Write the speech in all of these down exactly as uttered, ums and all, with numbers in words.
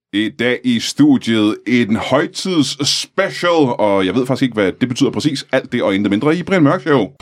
I dag i studiet en højtidsspecial, og jeg ved faktisk ikke, hvad det betyder præcis. Alt det og intet mindre i Brian Mørk Show.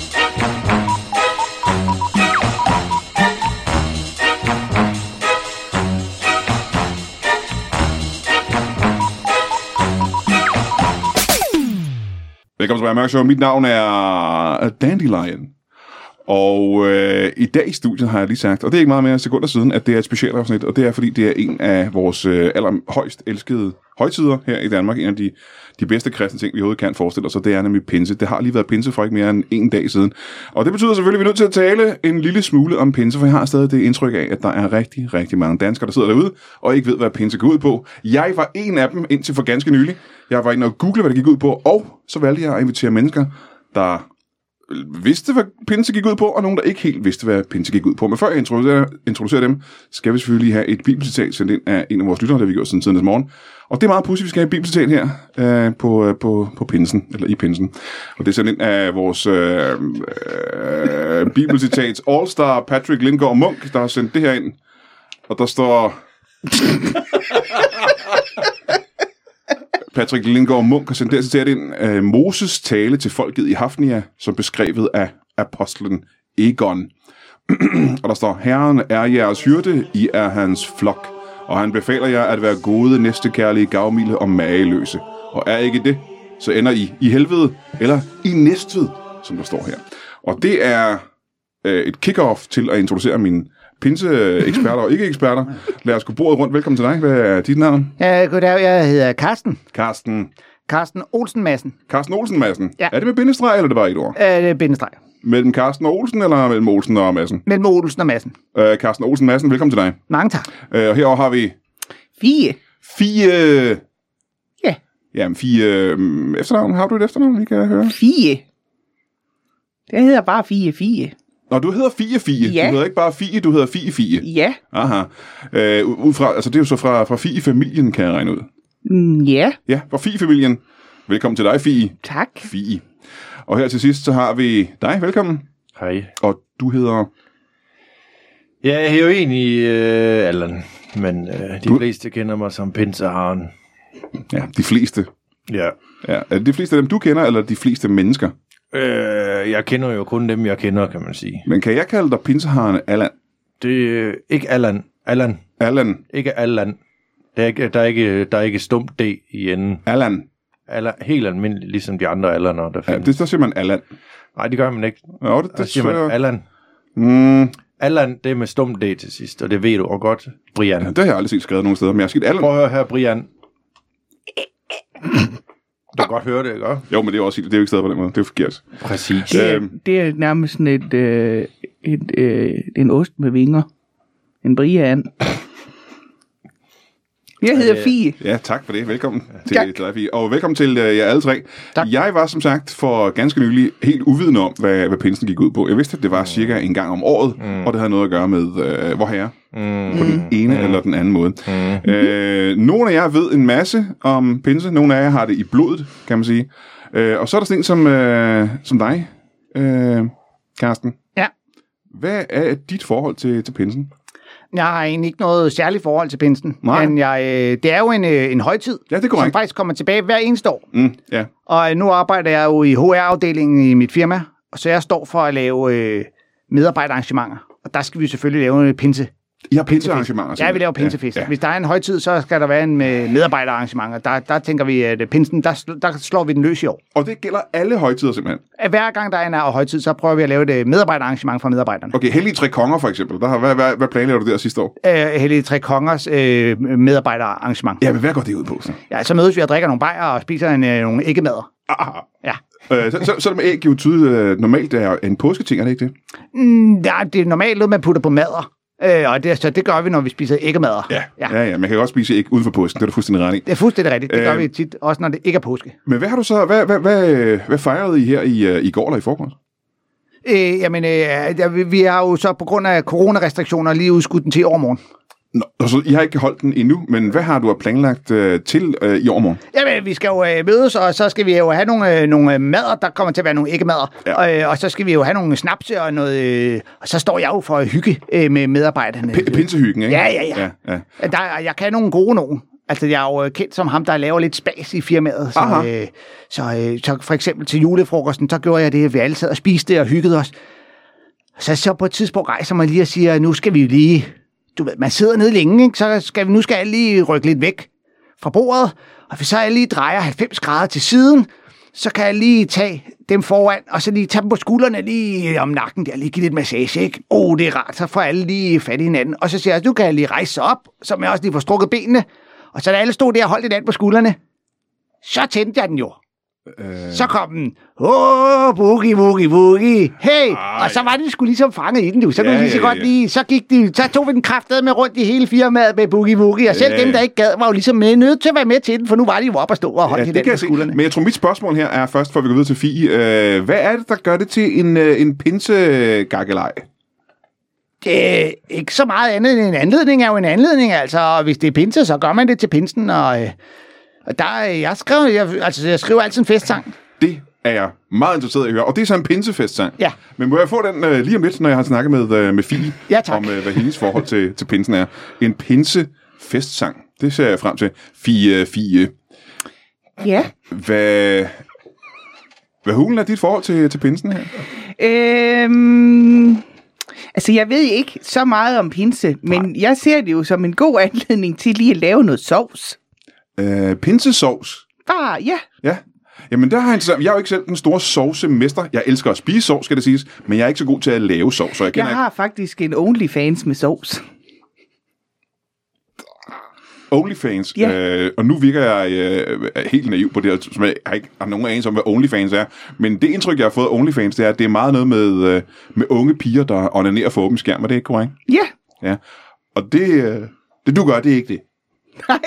Velkommen til Brian Mørk Show. Mit navn er Dandelion. Og øh, i dag i studiet har jeg lige sagt, og det er ikke meget mere sekunder siden, at det er et specialafsnit, og det er fordi, det er en af vores øh, allerhøjst elskede højtider her i Danmark. En af de, de bedste kristne ting, vi overhovedet kan forestille os, og det er nemlig pinse. Det har lige været pinse for ikke mere end en dag siden. Og det betyder selvfølgelig, at vi er nødt til at tale en lille smule om pinse, for jeg har stadig det indtryk af, at der er rigtig, rigtig mange danskere, der sidder derude, og ikke ved, hvad pinse går ud på. Jeg var en af dem indtil for ganske nylig. Jeg var inde og google, hvad det gik ud på, og så valgte jeg at invitere mennesker, der vidste, hvad pinse gik ud på, og nogen, der ikke helt vidste, hvad pinse gik ud på. Men før jeg introducerer, introducerer dem, skal vi selvfølgelig have et bibelcitat sendt ind af en af vores lyttere, der vi gjort siden tidligere morgen. Og det er meget pudsigt, vi skal have et bibelcitat her øh, på, på, på pinsen, eller i pinsen. Og det er sendt ind af vores øh, øh, bibelcitats All-Star Patrick Lindgaard Munk, der har sendt det her ind. Og der står... Patrick Lindgaard Munk har sendt det citat ind af Moses tale til folket i Hafnia, som beskrevet af apostlen Egon. Og der står, Herren er jeres hyrde, I er hans flok, og han befaler jer at være gode, næstekærlige, gavmilde og mageløse. Og er ikke det, så ender I i helvede, eller i næstved, som der står her. Og det er øh, et kick-off til at introducere mine pinse-eksperter og ikke-eksperter. Lad os gå bordet rundt. Velkommen til dig. Hvad er dit navn? Ja, goddag. Jeg hedder Karsten. Karsten. Karsten Olsen Madsen. Karsten Olsen Madsen? Ja. Er det med bindestreg, eller er det bare et ord? Øh, det er bindestreg. Mellem Karsten og Olsen, eller mellem Olsen og Madsen? Mellem Olsen og Madsen. Øh, Karsten Olsen Madsen, velkommen til dig. Mange tak. Øh, og herovre har vi... Fie. Fie... Ja. Jamen, Fie... Øh, efternavn. Har du et efternavn, vi kan høre? Fie. Det hedder bare Fie Fie. Nå, du hedder Fie Fie. Ja. Du hedder ikke bare Fie, du hedder Fie Fie. Ja. Aha. Øh, ud fra, altså det er jo så fra, fra Fie-familien, kan jeg regne ud. Mm, ja. Ja, fra Fie-familien. Velkommen til dig, Fie. Tak. Fie. Og her til sidst, så har vi dig. Velkommen. Hej. Og du hedder... Ja, jeg er jo egentlig øh, Allan, men øh, de Du- fleste kender mig som Pinseharen. Ja, de fleste. Ja. Ja, er det de fleste af dem, du kender, eller de fleste mennesker? Øh, jeg kender jo kun dem, jeg kender, kan man sige. Men kan jeg kalde dig pinseharen Allan? Det er ikke Allan. Allan. Allan. Ikke Allan. Der er ikke, der er ikke, der er ikke stumt D i enden. Allan. Allan. Helt almindeligt, ligesom de andre Allaner, der Ja, findes. det, der siger man Allan. Nej, det gør man ikke. Ja, det, Der det siger man jeg- Allan. Mm, Allan, det er med stumt D til sidst, og det ved du også godt, Brian. ja, det har jeg aldrig set skrevet nogen steder, men jeg har skidt Allan. Prøv at høre her, Brian. Du kan godt høre det, ikke? Jo, men det er jo også det er jo ikke stadig på den måde. Det er jo forkert. Præcis. Det er, Øhm. det er nærmest sådan et, øh, et, øh, en ost med vinger. En Brian. Jeg hedder det- Fie. Ja, tak for det. Velkommen til Tak. dig, Fie. Og velkommen til uh, jer alle tre. Tak. Jeg var som sagt for ganske nylig helt uvidende om, hvad, hvad pinsen gik ud på. Jeg vidste, at det var cirka en gang om året, mm. og det havde noget at gøre med uh, vor herre. Mm. På den ene mm. eller den anden måde. Mm. Øh, nogle af jer ved en masse om pinse. Nogle af jer har det i blodet, kan man sige. Øh, og så er der sådan en som, øh, som dig, øh, Karsten. Ja. Hvad er dit forhold til, til pinsen? Jeg har egentlig ikke noget særligt forhold til pinsen. Nej. Men jeg, øh, det er jo en, øh, en højtid, Ja, det er som korrekt. faktisk kommer tilbage hver eneste år. Mm, ja. Og nu arbejder jeg jo i H R-afdelingen i mit firma, og så jeg står for at lave øh, medarbejderarrangementer. Og der skal vi selvfølgelig lave en pinse. I har pinsearrangementer? Ja, vi laver pinsefest. Ja, Ja, ja. Hvis der er en højtid, så skal der være en med medarbejderarrangementer. Der, der tænker vi, at pinsen, der, sl- der slår vi den løs i år. Og det gælder alle højtider simpelthen? At hver gang der er en højtid, så prøver vi at lave et medarbejderarrangement for medarbejderne. Okay, Hellige Tre Konger for eksempel. Der har, hvad, hvad, hvad planlægger du der sidste år? Øh, Hellige Tre Kongers øh, medarbejderarrangement. Ja, men hvad går det ud på så? Ja, så mødes vi og drikker nogle bajer og spiser en, øh, nogle æggemadder. Ah, Ja. øh, så, så, så er det med æg jo tydeligt, øh, normalt er en påsketing, er det ikke det? Mm, ja, det er normalt noget, man putter på madder. Øh, og det, så det gør vi, når vi spiser æggemadder. Ja, ja. ja, ja. Man kan godt spise æg uden for påsken, det er du fuldstændig ret i. Det er fuldstændig rigtigt. Det gør Øh. vi tit, også når det ikke er påske. Men hvad har du så, hvad, hvad, hvad, hvad fejrede I her i, øh, i går eller i forgårs? Øh, jamen, øh, ja, vi, vi har jo så på grund af coronarestriktioner lige udskudt den til i overmorgen. Nå, så I har ikke holdt den endnu, men hvad har du planlagt øh, til øh, i overmorgen? Jamen, vi skal jo øh, mødes, og så skal vi jo have nogle, øh, nogle madder. Der kommer til at være nogle æggemadder. Ja. Og, øh, og så skal vi jo have nogle snapse og noget... Øh, og så står jeg jo for at hygge øh, med medarbejderne. P- Pinsehyggen, ikke? Ja, ja, ja. ja, ja. Der, jeg kan nogle gode nogen. Altså, jeg er jo kendt som ham, der laver lidt spas i firmaet. Så, øh, så, øh, så for eksempel til julefrokosten, så gjorde jeg det, at vi alle sad og spiste og hyggede os. Så, så på et tidspunkt rejser man lige og siger, nu skal vi lige... Du ved, man sidder nede længe, ikke? Så skal vi, nu skal jeg lige rykke lidt væk fra bordet. Og hvis så jeg lige drejer halvfems grader til siden, så kan jeg lige tage dem foran, og så lige tage dem på skuldrene lige om nakken der, lige give lidt massage, ikke? Åh, oh, det er rart, så får alle lige fat i hinanden. Og så siger jeg, nu kan jeg lige rejse sig op, så jeg også lige får strukket benene. Og så da alle stod der og holdt hinanden på skuldrene, så tændte jeg den jo. Øh... Så kom den. Åh, oh, boogie, boogie, boogie. Hey! Ej. Og så var det sgu ligesom fanget i den, du. Så, ja, lige så, ja, godt ja. lige, så, gik de, så tog vi den kraftedeme med rundt i hele firmaet med boogie, boogie. Og selv ja. dem, der ikke gad, var jo ligesom med, nødt til at være med til den, for nu var de jo oppe og stå og holdt ja, hinanden på skuldrene. Men jeg tror, mit spørgsmål her er først, for vi går videre til Fie. Øh, hvad er det, der gør det til en, en pinsegakkelej? Det er ikke så meget andet end en anledning er jo en anledning, altså. Og hvis det er pinse, så gør man det til pinsen, og... Øh, Og der, jeg, skriver, jeg, altså, jeg skriver altid en festsang. Det er jeg meget interesseret i at høre. Og det er så en pinsefestsang. Ja. Men må jeg få den uh, lige om lidt, når jeg har snakket med, uh, med Fie, ja, tak. om uh, hvad hendes forhold til, til pinsen er. En pinsefestsang. Det ser jeg frem til. Fie, Fie. Ja. Hvad, hvad hulen er dit forhold til, til pinsen her? Øhm... Altså, jeg ved ikke så meget om pinse, men Nej. jeg ser det jo som en god anledning til lige at lave noget sovs. Øh, pinsesovs. Bare, ja. Ja. Jamen, der har jeg, jeg er jo ikke selv den store sovsemester. Jeg elsker at spise sovs, skal det siges, men jeg er ikke så god til at lave sovs. Så jeg jeg har ikke... faktisk en OnlyFans med sovs. OnlyFans? Ja. Øh, og nu virker jeg øh, helt naiv på det, som jeg har ikke har nogen anelse om, hvad OnlyFans er. Men det indtryk, jeg har fået af OnlyFans, det er, at det er meget noget med, øh, med unge piger, der onanerer for åben skærm. Er det ikke korrekt? Ja. Ja. Og det, øh, det du gør, det er ikke det. Nej.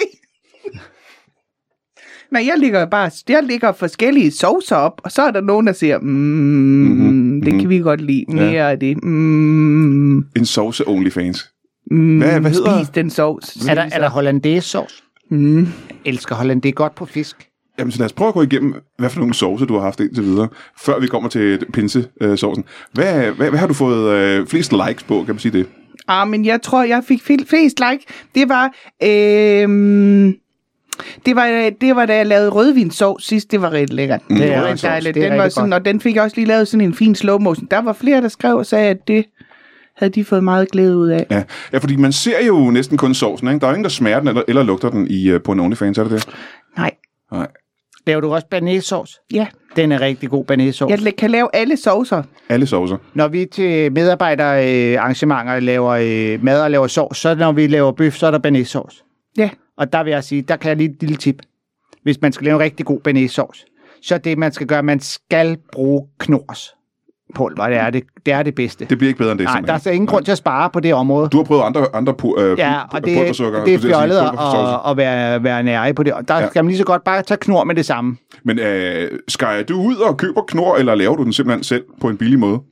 Nej, jeg ligger bare, jeg ligger forskellige sovser op, og så er der nogen, der siger, mm, mm-hmm, det kan vi godt lide, mere ja. af det. Mm. En sovse OnlyFans. Mm, hvad, hvad hedder Spis den sovs. Er der, er der hollandaise-sovs? Mm. Jeg elsker holland, det er godt på fisk. Jamen, så lad os prøve at gå igennem, hvad for nogle sovse du har haft indtil videre, før vi kommer til pinsesovsen. Hvad, hvad, hvad har du fået øh, flest likes på, kan man sige det? Ah, men jeg tror, jeg fik flest like. Det var... Øh, Det var, det var da jeg lavede rødvinssovs sidst. Det var rigtig lækkert. Mm. Det er rigtig dejligt. Den var sådan, og den fik jeg også lige lavet sådan en fin slow motion. Der var flere, der skrev og sagde, at det havde de fået meget glæde ud af. Ja, ja, fordi man ser jo næsten kun sovsen, ikke? Der er jo ingen, der smager den eller, eller lugter den i, på en OnlyFans, er det det? Nej. Nej. Laver du også banæssovs? Ja. Den er rigtig god banæssovs. Jeg kan lave alle sovser. Alle sovser. Når vi til medarbejderarrangementer laver øh, mad og laver sovs, så når vi laver bøf, så er der banæssovs. Ja. Og der vil jeg sige, der kan jeg lige et lille tip. Hvis man skal lave en rigtig god banæssovs, så det, man skal gøre, man skal bruge knors. Pulver, det er det, det er det bedste. Det bliver ikke bedre end det. Nej, der er ingen grund til at spare på det område. Du har prøvet andre, andre pu- øh, ja, og det, pulversukker. det er fjollet at, at være, være nære på det. Der ja. skal man lige så godt bare tage knor med det samme. Men øh, skærer du ud og køber knor, eller laver du den simpelthen selv på en billig måde?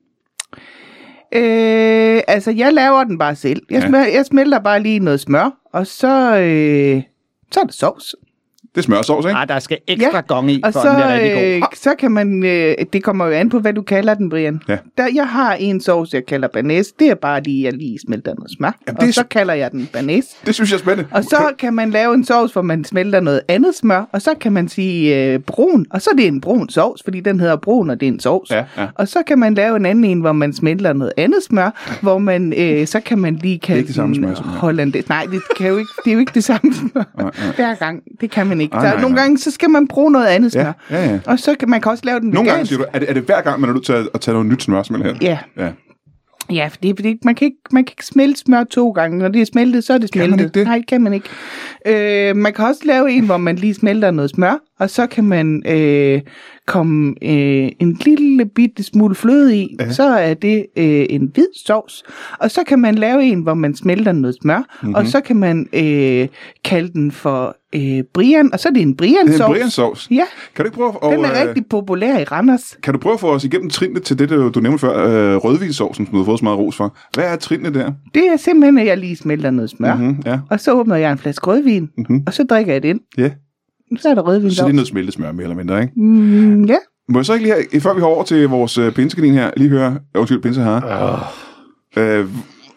Øh, altså, jeg laver den bare selv. Jeg, ja. smelter, jeg smelter bare lige noget smør, og så, øh, så er det sovs. Det smager sovs, ikke? Nej, der skal ekstra ja. gong i, og for så, den er rigtig god. Øh, så kan man, øh, det kommer jo an på, hvad du kalder den, Brian. Ja. Der, jeg har en sovs, jeg kalder banæs. Det er bare lige, jeg lige smelter noget smør. Jamen, og så s- kalder jeg den banæs. Det synes jeg er spændende. Og så kan man lave en sovs, hvor man smelter noget andet smør, og så kan man sige øh, brun, og så er det en brun sovs, fordi den hedder brun, og det er en sovs. Ja, ja. Og så kan man lave en anden en, hvor man smelter noget andet smør, hvor man, øh, så kan man lige kalde den hollandaise. Nej, det, kan jo ikke, det er jo ikke det samme smør. Nej, nej. Hver gang, det kan man ikke. Ej, så nej, nogle nej. gange, så skal man bruge noget andet smør. Ja, ja, ja. Og så kan man kan også lave den nogle vegansk. gange siger du, er det, er det hver gang, man er nødt til at, at tage noget nyt smør simpelthen? Ja. Ja. Ja, for det, det, man, kan ikke, man kan ikke smelte smør to gange. Når det er smeltet, så er det smeltet. Kan man ikke det? Nej, det kan man ikke. Øh, man kan også lave en, hvor man lige smelter noget smør, og så kan man øh, komme øh, en lille bitte smule fløde i, ja. Så er det øh, en hvid sovs. Og så kan man lave en, hvor man smelter noget smør, mm-hmm. og så kan man øh, kalde den for øh, Brian, og så er det en Brian-sovs. Det er en Brian-sovs? Ja. Kan du ikke prøve at... Den er øh, rigtig populær i Randers. Kan du prøve at få os igennem trinene til det, du, du nævnte før, øh, rødvinsovsen, som du har fået så meget ros for? Hvad er trinene der? Det er simpelthen, at jeg lige smelter noget smør, mm-hmm, ja. og så åbner jeg en flaske rødvin, mm-hmm. og så drikker jeg det ind. Ja. Så er der rødvinsovs. Så det er noget smeltet smør, mere eller mindre, ikke? Mm, ja. Må jeg så ikke lige, her, før vi går over til vores øh, pinsekanin her, lige høre, undskyld, pinsehare. Oh. Øh,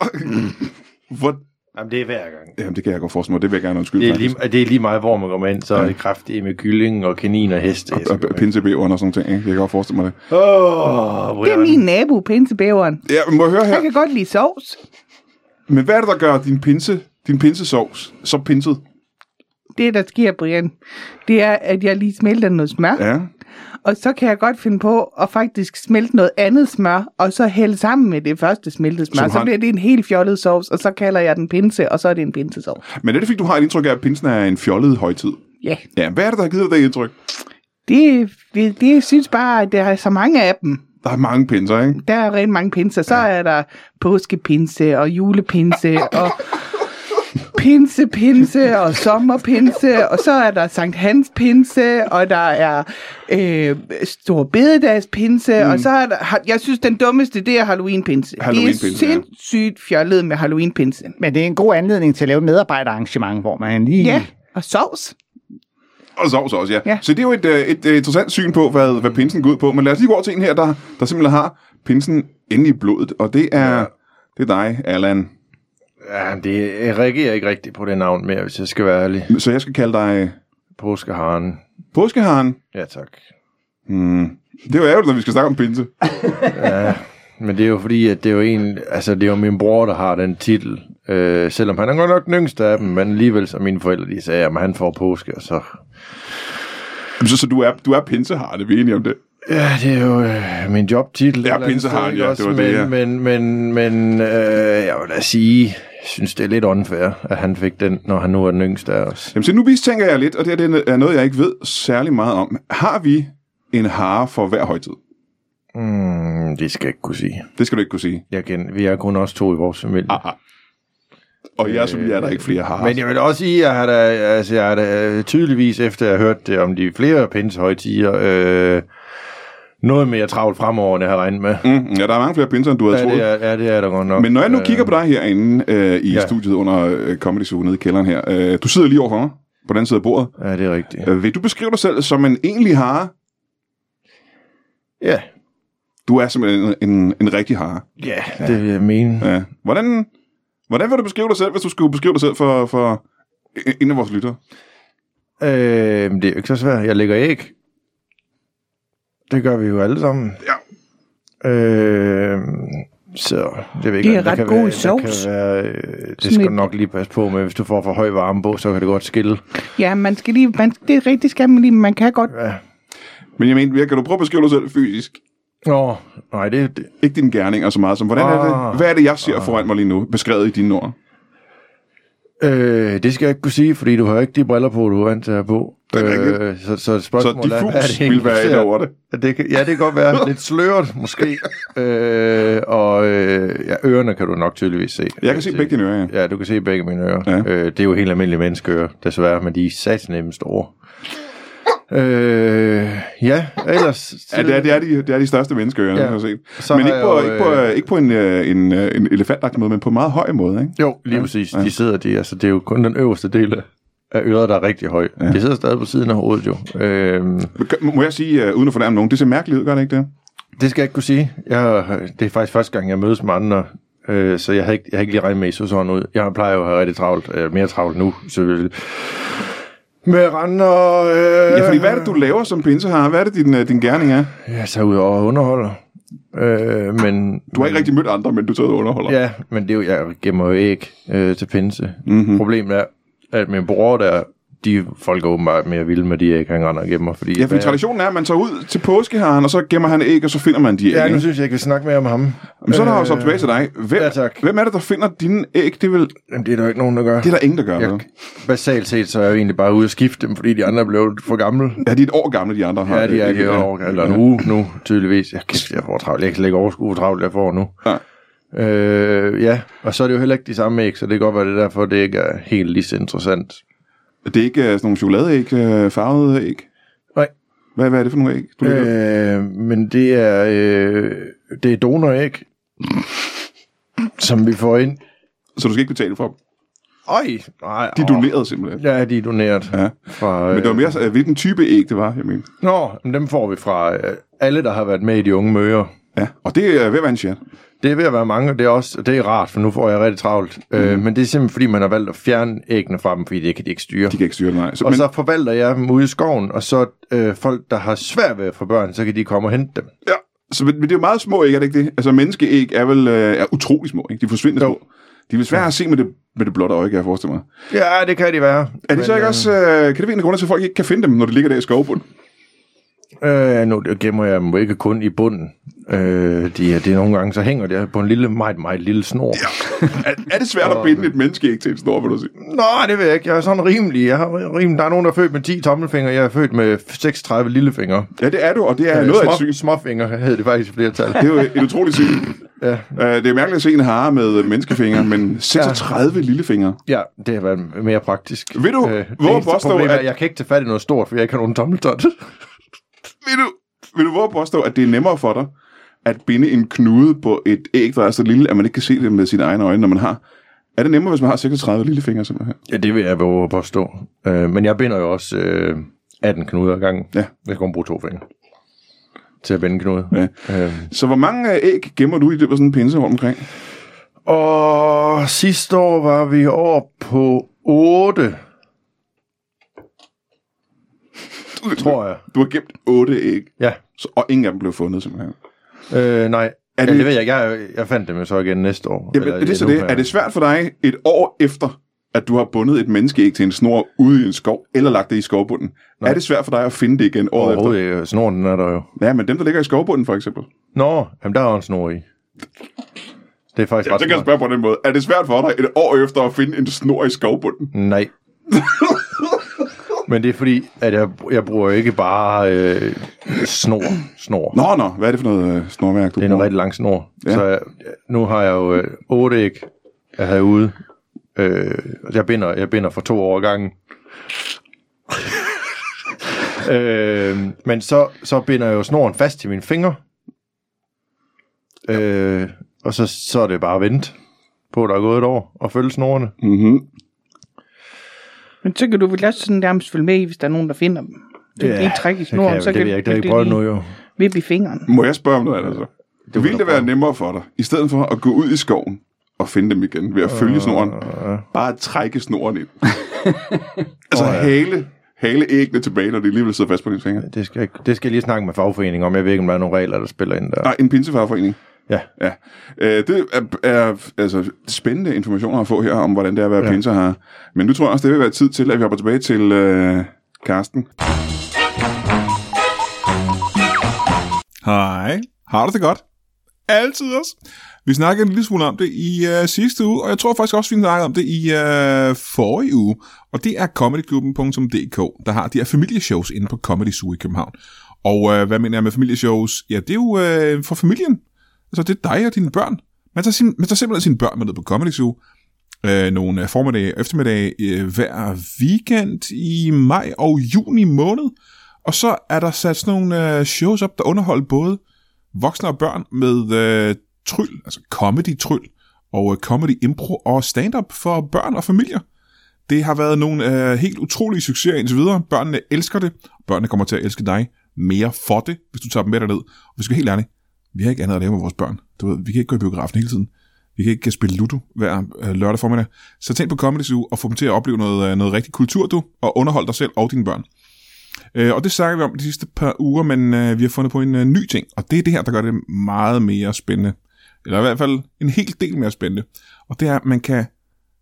hvor... Jamen, det er hver gang. Jamen, det kan jeg godt forestille mig. Det vil jeg gerne undskylde. Det er, lige, det er lige meget, hvor man kommer ind, så ja. Er det kraftigt med kylling og kanin og heste. Og, og pinsebæveren og sådan ting, ikke? Jeg kan godt forestille mig det. Oh, det er min nabo, pinsebæveren. Ja, må jeg høre her? Han kan godt lide sovs. Men hvad er det, der gør din pinse, din pinsesovs så pinset? Det, der sker, Brian, det er, at jeg lige smelter noget smør. Ja. Og så kan jeg godt finde på at faktisk smelte noget andet smør, og så hælde sammen med det første smeltede smør. Som så bliver det en helt fjollet sovs, og så kalder jeg den pinse, og så er det en pinsesovs. Men er det, fordi du har et indtryk af, at pinsen er en fjollet højtid? Ja. Ja, hvad er det, der har givet dig det indtryk? Det, det, det synes bare, at der er så mange af dem. Der er mange pinser, ikke? Der er rigtig mange pinser. Så ja. Er der påskepinse og julepinse og... pinse, pinse og sommerpinse, og så er der Sankt Hans pinse, og der er øh, Stor Bededags pinse, mm. og så er der, jeg synes, den dummeste, det er Halloween pinse. Halloween det er sindssygt fjollet med Halloween pinse. Men det er en god anledning til at lave et medarbejderarrangement, hvor man lige... Ja, og sovs. Og sovs også, ja. ja. Så det er jo et, et, et, et interessant syn på, hvad, hvad pinsen går ud på, men lad os lige gå over til en her, der, der simpelthen har pinsen inde i blodet, og det er, ja. Det er dig, Allan. Ja, det, jeg reagerer ikke rigtigt på det navn mere, hvis jeg skal være ærlig. Så jeg skal kalde dig... Påskeharen. Påskeharen? Ja, tak. Hmm. Det er jo ærgerligt, når vi skal snakke om pinse. Ja, men det er jo fordi, at det er jo en... Altså, det er jo min bror, der har den titel. Øh, selvom han er godt nok den yngste af dem, men alligevel, som mine forældre, de sagde, at han får påske, og så... Så, så du er, du er pinseharen, er vi enige om det? Ja, det er jo øh, min jobtitel. Ja, pinseharen, ja, det var men, det, ja. Men, men, men øh, jeg vil da sige, jeg synes, det er lidt unfair, at han fik den, når han nu er den yngste af os. Jamen, så nu tænker jeg lidt, og det er noget, jeg ikke ved særlig meget om. Har vi en hare for hver højtid? Mm, det skal jeg ikke kunne sige. Det skal du ikke kunne sige? Jeg kan, vi er kun også to i vores familie. Aha. Og jeg som øh, er der ikke flere harer. Men jeg vil også sige, at jeg har da, altså, jeg har da tydeligvis, efter jeg har hørt det om de flere pinsehøjtider, øh, noget mere travlt fremover, end jeg har regnet med. Mm, ja, der er mange flere pinser, end du havde ja, troet. Det er, ja, det er der godt nok. Men når jeg nu kigger på dig herinde øh, i ja. studiet under øh, Comedy Zoo nede i kælderen her, øh, du sidder lige overfor mig, på den side af bordet. Ja, det er rigtigt. Øh, vil du beskrive dig selv som en egentlig hare? Ja. Du er simpelthen en, en, en rigtig hare. Ja, det vil jeg mene. Ja. Hvordan, hvordan vil du beskrive dig selv, hvis du skulle beskrive dig selv for, for en af vores lyttere? Øh, det er jo ikke så svært. Jeg lægger æg. Det gør vi jo alle sammen. Ja. Øh, så det, det er ret god sovs. Være, øh, det skal du nok lige passe på med. Hvis du får for høj varme på, så kan det godt skille. Ja, man skal lige, man, det er rigtigt, skal man lige, men man kan godt. Ja. Men jeg mener, kan du prøve at beskrive dig selv fysisk? Nå, nej, det, det... Ikke dine gerninger så meget som, hvordan oh, er det? Hvad er det, jeg ser oh. foran mig lige nu, beskrevet i dine ord? Øh, det skal jeg ikke kunne sige, fordi du har ikke de briller på, du er vant til at have på. Øh, så, så spørgsmålet er, hvad er det vil være et over det? det kan, ja, det kan godt være lidt sløret, måske. øh, og øh, ja, ørerne kan du nok tydeligvis se. Jeg kan se begge dine ører, ja. Ja, du kan se begge mine ører. Ja. Øh, det er jo helt almindelige menneskeører, desværre, men de er satsnemme store. Øh, ja, ellers... Ja, det er, det er, de, det er de største menneskeører, ja. Jeg har set. Så men ikke på, jo, ikke, på, øh, ikke på en, en, en elefantagtig måde, men på en meget høj måde, ikke? Jo, lige ja. præcis. De sidder, de, altså, det er jo kun den øverste del af øret, der er rigtig høj. Ja. De sidder stadig på siden af hovedet, jo. Øh, Må jeg sige, uh, uden at fornærme nogen, det ser mærkeligt ud, gør det ikke det? Det skal jeg ikke kunne sige. Jeg, det er faktisk første gang, jeg mødes med andre, øh, så jeg har ikke, jeg har ikke lige regnet med, at I så sådan ud. Jeg plejer jo at have rigtig travlt, øh, mere travlt nu, selvfølgelig. Med render... Øh, ja, fordi hvad er det, du laver som pinsehare? Hvad er det, din, din gerning er? Jeg tager ud og underholder. Øh, men, du har ikke men, rigtig mødt andre, men du tager ud og underholder. Ja, men det er jo, jeg gemmer jo æg øh, til pinse. Mm-hmm. Problemet er, at min bror der, de folk er åbenbart mere vilde med de æg, han render og gemmer. Fordi, ja, for traditionen er, at man tager ud til påskeharen, og så gemmer han æg, og så finder man de æg. Ja, nu synes jeg, jeg kan snakke mere om ham. Men så er der jo så tilbage til dig. Hvem, ja, tak. hvem er det, der finder dine æg? Det er vel... Jamen, det er der jo ikke nogen, der gør. Det er der ingen, der gør. Jeg, basalt set, så er jeg jo egentlig bare ude at skifte dem, fordi de andre er blevet for gamle. Ja, de er et år gamle, de andre har. Ja, de er et år, eller en uge nu, tydeligvis. Jeg, kæft, jeg får travlt. Jeg kan slet ikke overskue, hvor travlt jeg får nu. Ja. Øh, ja, og så er det jo heller ikke de samme æg, så det kan godt være, det er derfor, det ikke er helt lige så interessant. Det er ikke sådan nogle chokoladeæg, farvede æg? Nej. Hvad, hvad er det for nogle æg, du øh, Men det er, øh, det er donoræg, som vi får ind. Så du skal ikke betale for dem? Øj, nej. De er doneret simpelthen? Ja, de er doneret. Ja. Fra, men det var mere, øh, hvilken type æg det var, jeg mener. Nå, men dem får vi fra øh, alle, der har været med i de unge møger. Ja, og det er ved at være en chat. Det er ved at være mange, og det er også det er rart, for nu får jeg rigtig travlt. Mm. Øh, men det er simpelthen, fordi man har valgt at fjerne æggene fra dem, fordi det kan de ikke styre. De kan ikke styre det, nej. Så, og men... så forvalter jeg dem ude i skoven, og så øh, folk, der har svært ved at få børn, så kan de komme og hente dem. Ja, så, men det er jo meget små æg, er det ikke det? Altså menneskeæg er vel øh, er utrolig små, ikke? De forsvinder små. De er vel svære at se med det, med det blotte øje, kan jeg forestille mig. Ja, det kan de være. Er det så ikke øh... også, øh, kan det være en af grunde til, at folk ikke kan finde dem, når de ligger der i skovbunden? Øh, nu gemmer jeg dem ikke kun i bunden. Øh, de, det er nogle gange, så hænger det på en lille, meget, meget lille snor. Ja. Er, er det svært at binde et menneskeæg til en snor, vil du sige? Nej, det ved jeg ikke. Jeg er sådan rimelig. Jeg har rimelig. Der er nogen, der er født med ti tommelfingre. Jeg er født med seksogtredive lillefingre. Ja, det er du, og det er øh, noget små, af et syn. Småfingre hed det faktisk i flertal. Det er jo et utroligt syn. Ja. Uh, det er mærkeligt at se en hare med menneskefingre, men seksogtredive ja. lillefingre. Ja, det har været mere praktisk. Ved du, øh, hvor påstå, at... Jeg kan ikke tage fat i noget stort, for jeg ikke har nogen tommeltot. Vil du, vil du våge påstå, at det er nemmere for dig at binde en knude på et æg, der er så lille, at man ikke kan se det med sine egne øjne, når man har... Er det nemmere, hvis man har seksogtredive lillefingre simpelthen? Ja, det vil jeg våge påstå. Øh, men jeg binder jo også øh, atten knuder ad gangen. Ja. Jeg kan kun bruge to fingre til at binde knude. Ja. Øh. Så hvor mange æg gemmer du i det på sådan en pinse rundt omkring? Og sidste år var vi over på otte. Du, tror jeg. Du har gemt otte æg? Ja. Så, og ingen af dem blev fundet simpelthen? Øh, nej. Er det... Ja, det ved jeg ikke. Jeg, jeg fandt dem jo så igen næste år. Ja, er, det så det? Er det svært for dig et år efter, at du har bundet et menneskeæg til en snor ude i en skov, eller lagt det i skovbunden? Nej. Er det svært for dig at finde det igen året efter? Overhovedet ikke. Snoren er der jo. Ja, men dem, der ligger i skovbunden for eksempel. Nå, jamen der er jo en snor i. Det er faktisk ja, ret så kan jeg spørge på den måde. Er det svært for dig et år efter at finde en snor i skovbunden? Nej. Men det er fordi, at jeg, jeg bruger ikke bare øh, snor. snor. Nå, nå. Hvad er det for noget øh, snorværk, du Det er en rigtig lang snor. Ja. Så jeg, nu har jeg jo øh, otte æg, jeg havde ude. Øh, jeg, binder, jeg binder for to år gangen. øh, men så, så binder jeg jo snoren fast til mine fingre. Øh, og så, så er det bare at vente på, at der er gået et år, og følge snorene. Mhm. Men så kan du vel også sådan nærmest følge med, hvis der er nogen, der finder dem. Du kan lige trække i snoren, kan, så det kan vil jeg ikke, det har jeg ikke prøvet nu jo. Vip i fingeren. Må jeg spørge om noget andet så? Det ville det være nemmere for dig, i stedet for at gå ud i skoven og finde dem igen, ved at følge uh, snoren, uh, bare at trække snoren ind. altså uh, hale, hale æggene tilbage, når de alligevel sidder fast på dine fingre. Det skal, det skal jeg lige snakke med fagforeningen om. Jeg ved ikke, om der er nogle regler, der spiller ind der. Nej, en pinsefagforening. Ja. ja. Øh, det er, er altså, spændende informationer at få her, om hvordan det er at være ja. pinser her. Men nu tror jeg også, det vil være tid til, at vi hopper tilbage til øh, Karsten. Hej. Har du det godt? Altid også. Vi snakkede en lille smule om det i øh, sidste uge, og jeg tror faktisk også, vi snakkede om det i øh, forrige uge. Og det er comedyklubben punktum d k, der har de her familieshows inde på Comedy Zoo i København. Og øh, hvad mener jeg med familieshows? Ja, det er jo øh, for familien. Altså, det er dig og dine børn. Man tager, sin, man tager simpelthen sine børn med ned på Comedy Zoo. Øh, nogle formiddag og eftermiddag øh, hver weekend i maj og juni måned. Og så er der sat sådan nogle øh, shows op, der underholder både voksne og børn med øh, tryl, altså comedy-tryl, og øh, comedy-impro og stand-up for børn og familier. Det har været nogle øh, helt utrolige succeser indtil videre. Børnene elsker det. Børnene kommer til at elske dig mere for det, hvis du tager dem med derned. Og hvis vi skal helt ærligt, vi har ikke andet at lave med vores børn. Du ved, vi kan ikke gå i biografen hele tiden. Vi kan ikke spille Ludo hver øh, lørdag formiddag. Så tænk på Comedy Zoo og få dem til at opleve noget, øh, noget rigtig kultur, du, og underholde dig selv og dine børn. Øh, og det snakker vi om de sidste par uger, men øh, vi har fundet på en øh, ny ting, og det er det her, der gør det meget mere spændende. Eller i hvert fald en hel del mere spændende. Og det er, at man kan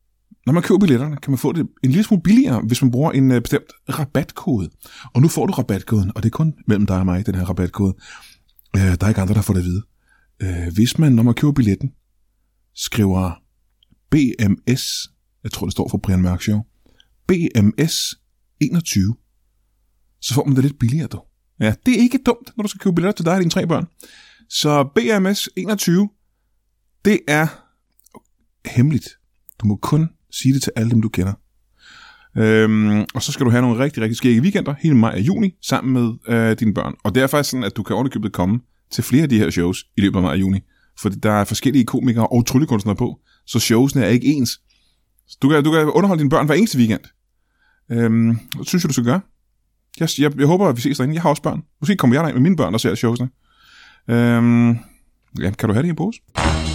når man køber billetterne, kan man få det en lille smule billigere, hvis man bruger en uh, bestemt rabatkode. Og nu får du rabatkoden, og det er kun mellem dig og mig, den her rabatkode. Uh, der er ikke andre, der får det at vide. Uh, hvis man, når man køber billetten, skriver B M S, jeg tror det står for Brian Mørk Show, B M S enogtyve, så får man det lidt billigere, du. Ja, det er ikke dumt, når du skal købe billetter til dig og dine tre børn. Så B M S enogtyve, det er hemmeligt. Du må kun sige det til alle dem, du kender. Øhm, og så skal du have nogle rigtig, rigtig skægge weekender hele maj og juni sammen med øh, dine børn. Og det er faktisk sådan, at du kan ordentligt komme til flere af de her shows i løbet af maj og juni. For der er forskellige komikere og tryllekunstnere på, så showsene er ikke ens. Du kan, du kan underholde dine børn hver eneste weekend. Øhm, det synes jeg, du skal gøre. Jeg, jeg, jeg håber, at vi ses derinde. Jeg har også børn. Måske kommer jeg derind med mine børn og ser showsene. Øhm, ja, kan du have det i en pose?